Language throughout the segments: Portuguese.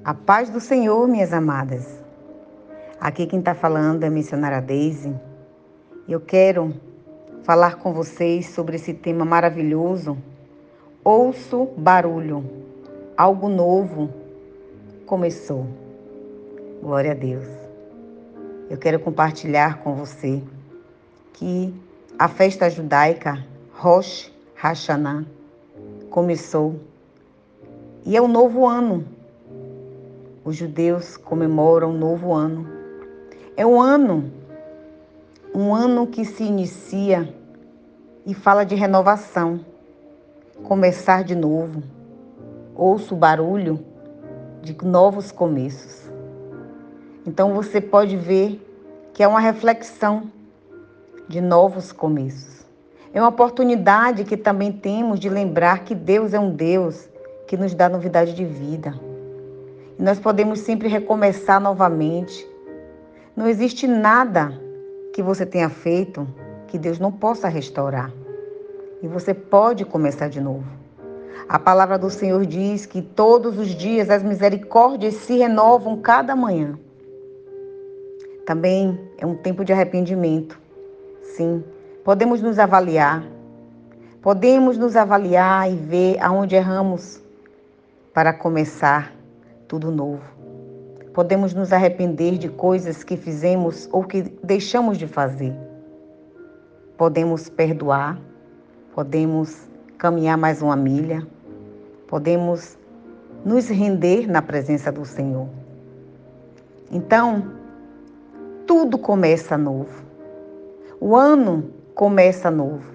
A paz do Senhor, minhas amadas. Aqui quem está falando é a missionária Daisy. Eu quero falar com vocês sobre esse tema maravilhoso. Ouço barulho. Algo novo começou. Glória a Deus. Eu quero compartilhar com você que a festa judaica Rosh Hashanah começou. E é o novo ano. Os judeus comemoram um novo ano. É um ano que se inicia e fala de renovação, começar de novo. Ouço o barulho de novos começos. Então você pode ver que é uma reflexão de novos começos. É uma oportunidade que também temos de lembrar que Deus é um Deus que nos dá novidade de vida. E nós podemos sempre recomeçar novamente. Não existe nada que você tenha feito que Deus não possa restaurar. E você pode começar de novo. A palavra do Senhor diz que todos os dias as misericórdias se renovam cada manhã. Também é um tempo de arrependimento. Sim, podemos nos avaliar. Podemos nos avaliar e ver aonde erramos para começar tudo novo. Podemos nos arrepender de coisas que fizemos ou que deixamos de fazer. Podemos perdoar, podemos caminhar mais uma milha, podemos nos render na presença do Senhor. Então, tudo começa novo. O ano começa novo.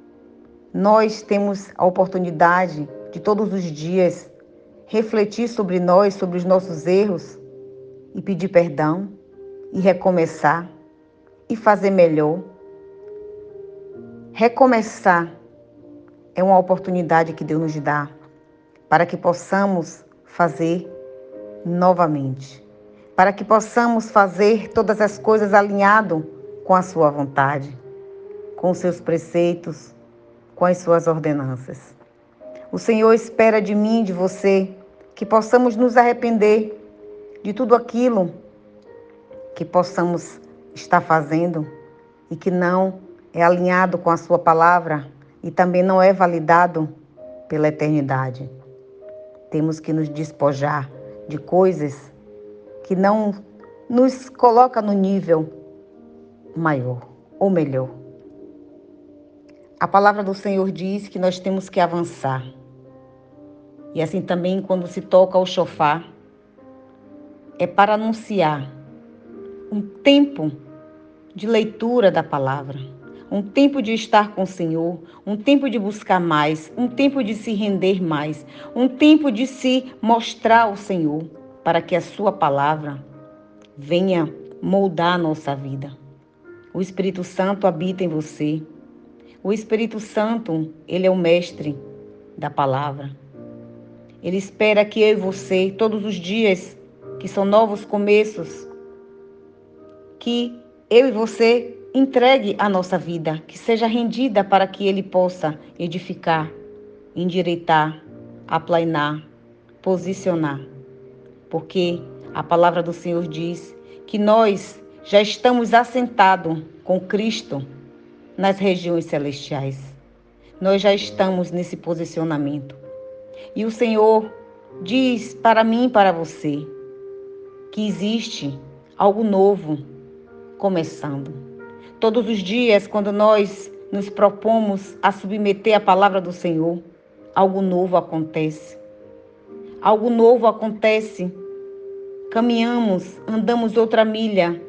Nós temos a oportunidade de todos os dias refletir sobre nós, sobre os nossos erros e pedir perdão e recomeçar e fazer melhor. Recomeçar é uma oportunidade que Deus nos dá para que possamos fazer novamente, para que possamos fazer todas as coisas alinhado com a sua vontade, com os seus preceitos, com as suas ordenanças. O Senhor espera de mim, de você, que possamos nos arrepender de tudo aquilo que possamos estar fazendo e que não é alinhado com a sua palavra e também não é validado pela eternidade. Temos que nos despojar de coisas que não nos coloca no nível maior ou melhor. A palavra do Senhor diz que nós temos que avançar. E assim também quando se toca o chofar, é para anunciar um tempo de leitura da palavra, um tempo de estar com o Senhor, um tempo de buscar mais, um tempo de se render mais, um tempo de se mostrar ao Senhor, para que a sua palavra venha moldar a nossa vida. O Espírito Santo habita em você. O Espírito Santo, ele é o mestre da palavra. Ele espera que eu e você, todos os dias, que são novos começos, que eu e você entregue a nossa vida, que seja rendida para que Ele possa edificar, endireitar, aplainar, posicionar. Porque a palavra do Senhor diz que nós já estamos assentados com Cristo nas regiões celestiais. Nós já estamos nesse posicionamento. E o Senhor diz para mim e para você que existe algo novo começando. Todos os dias, quando nós nos propomos a submeter a palavra do Senhor, algo novo acontece. Algo novo acontece. Caminhamos, andamos outra milha.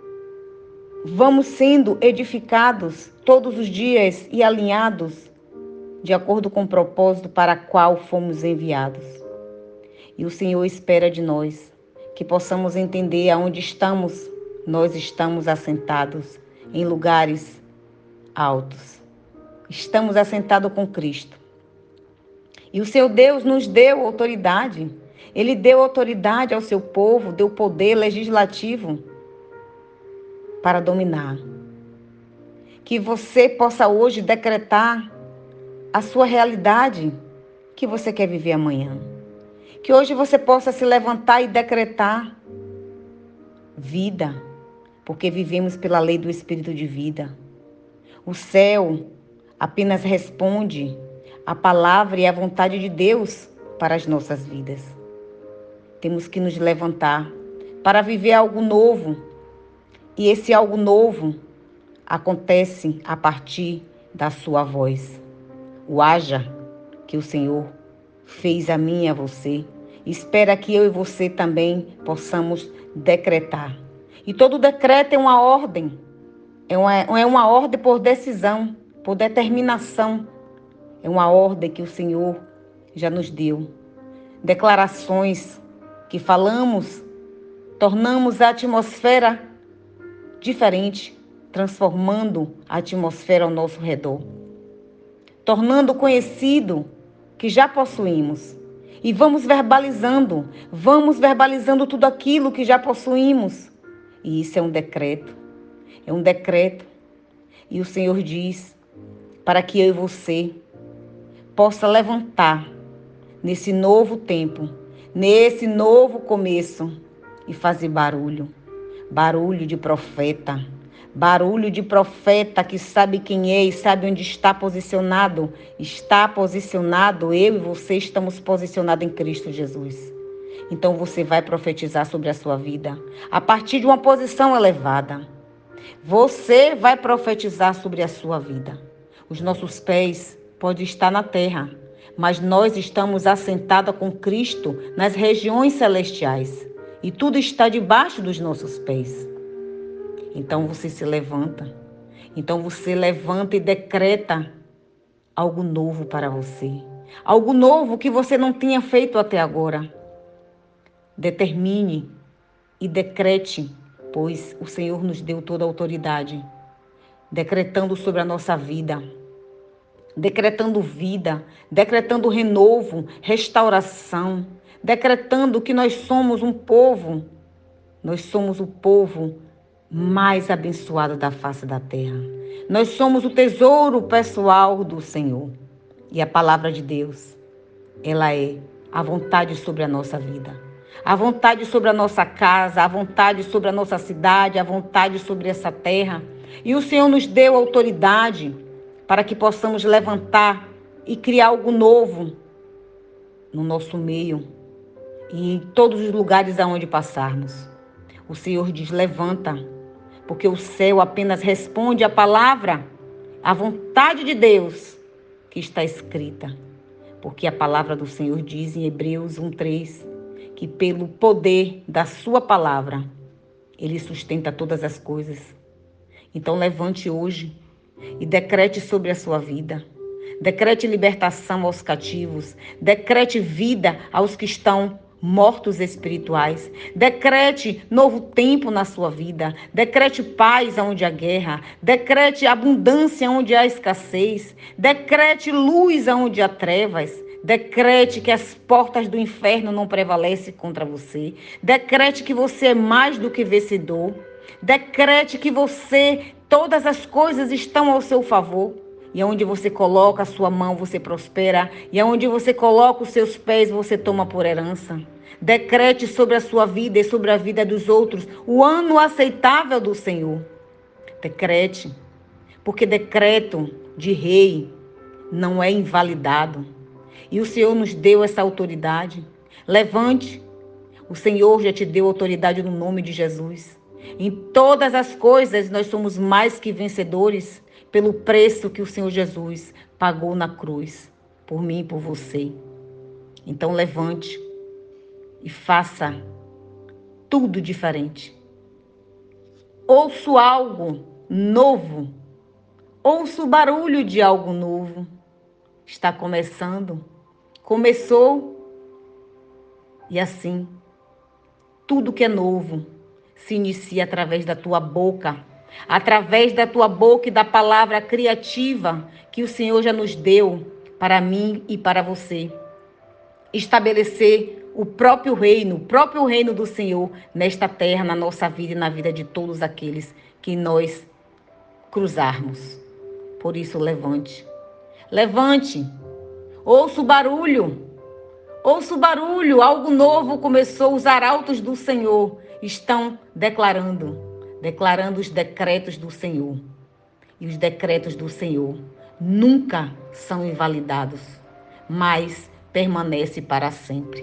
Vamos sendo edificados todos os dias e alinhados de acordo com o propósito para o qual fomos enviados. E o Senhor espera de nós que possamos entender aonde estamos. Nós estamos assentados em lugares altos. Estamos assentados com Cristo. E o seu Deus nos deu autoridade. Ele deu autoridade ao seu povo, deu poder legislativo para dominar. Que você possa hoje decretar a sua realidade que você quer viver amanhã. Que hoje você possa se levantar e decretar vida, porque vivemos pela lei do Espírito de vida. O céu apenas responde a palavra e a vontade de Deus para as nossas vidas. Temos que nos levantar para viver algo novo. E esse algo novo acontece a partir da sua voz. O haja que o Senhor fez a mim e a você, espera que eu e você também possamos decretar. E todo decreto é uma ordem. É uma ordem por decisão, por determinação. É uma ordem que o Senhor já nos deu. Declarações que falamos, tornamos a atmosfera diferente, transformando a atmosfera ao nosso redor. Tornando conhecido que já possuímos. E vamos verbalizando tudo aquilo que já possuímos. E isso é um decreto. É um decreto. E o Senhor diz para que eu e você possa levantar nesse novo tempo, nesse novo começo e fazer barulho. Barulho de profeta. Barulho de profeta que sabe quem é e sabe onde está posicionado. Está posicionado, eu e você estamos posicionados em Cristo Jesus. Então você vai profetizar sobre a sua vida a partir de uma posição elevada. Você vai profetizar sobre a sua vida. Os nossos pés podem estar na terra, mas nós estamos assentados com Cristo nas regiões celestiais. E tudo está debaixo dos nossos pés. Então você se levanta. Então você levanta e decreta algo novo para você. Algo novo que você não tinha feito até agora. Determine e decrete, pois o Senhor nos deu toda a autoridade. Decretando sobre a nossa vida. Decretando vida, decretando renovo, restauração. Decretando que nós somos um povo. Nós somos o povo mais abençoado da face da terra. Nós somos o tesouro pessoal do Senhor. E a palavra de Deus, ela é a vontade sobre a nossa vida. A vontade sobre a nossa casa, a vontade sobre a nossa cidade, a vontade sobre essa terra. E o Senhor nos deu autoridade para que possamos levantar e criar algo novo no nosso meio e em todos os lugares aonde passarmos. O Senhor diz, levanta, porque o céu apenas responde a palavra, a vontade de Deus que está escrita. Porque a palavra do Senhor diz em Hebreus 1:3, que pelo poder da sua palavra, Ele sustenta todas as coisas. Então levante hoje e decrete sobre a sua vida. Decrete libertação aos cativos. Decrete vida aos que estão mortos espirituais. Decrete novo tempo na sua vida. Decrete paz onde há guerra. Decrete abundância onde há escassez. Decrete luz onde há trevas. Decrete que as portas do inferno não prevalecem contra você. Decrete que você é mais do que vencedor. Decrete que todas as coisas estão ao seu favor. E onde você coloca a sua mão, você prospera. E onde você coloca os seus pés, você toma por herança. Decrete sobre a sua vida e sobre a vida dos outros o ano aceitável do Senhor. Decrete, porque decreto de rei não é invalidado. E o Senhor nos deu essa autoridade. Levante. O Senhor já te deu autoridade no nome de Jesus. Em todas as coisas nós somos mais que vencedores pelo preço que o Senhor Jesus pagou na cruz, por mim e por você. Então levante e faça tudo diferente. Ouço algo novo. Ouço o barulho de algo novo. Está começando. Começou. E assim, tudo que é novo se inicia através da tua boca. Através da tua boca e da palavra criativa que o Senhor já nos deu para mim e para você. Estabelecer o próprio reino do Senhor nesta terra, na nossa vida e na vida de todos aqueles que nós cruzarmos. Por isso, levante. Levante. Ouça o barulho. Ouço o barulho, algo novo começou. Os arautos do Senhor estão declarando os decretos do Senhor. E os decretos do Senhor nunca são invalidados, mas permanecem para sempre.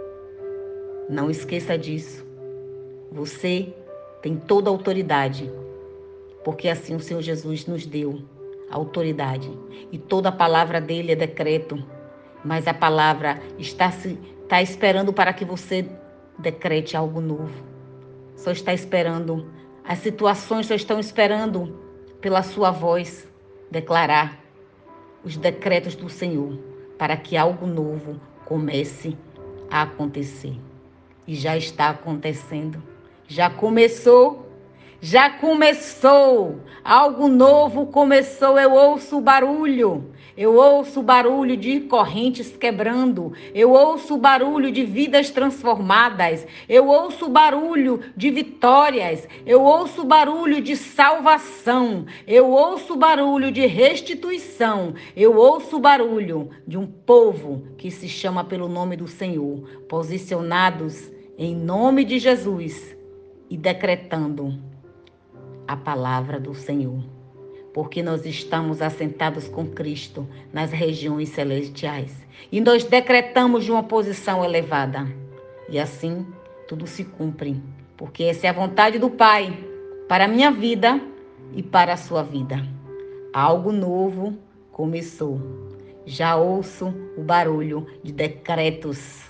Não esqueça disso. Você tem toda a autoridade, porque assim o Senhor Jesus nos deu a autoridade. E toda a palavra dele é decreto, mas a palavra está esperando para que você decrete algo novo. Só está esperando, as situações só estão esperando pela sua voz declarar os decretos do Senhor para que algo novo comece a acontecer. E já está acontecendo. Já começou. Já começou. Algo novo começou. Eu ouço o barulho. Eu ouço o barulho de correntes quebrando. Eu ouço o barulho de vidas transformadas. Eu ouço o barulho de vitórias. Eu ouço o barulho de salvação. Eu ouço o barulho de restituição. Eu ouço o barulho de um povo que se chama pelo nome do Senhor, posicionados em nome de Jesus e decretando a palavra do Senhor. Porque nós estamos assentados com Cristo nas regiões celestiais. E nós decretamos de uma posição elevada. E assim tudo se cumpre. Porque essa é a vontade do Pai para a minha vida e para a sua vida. Algo novo começou. Já ouço o barulho de decretos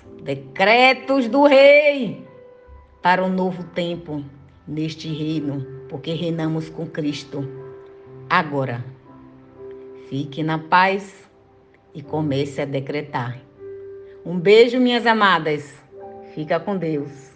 do Rei para um novo tempo neste reino, porque reinamos com Cristo. Agora, fique na paz e comece a decretar. Um beijo, minhas amadas. Fica com Deus.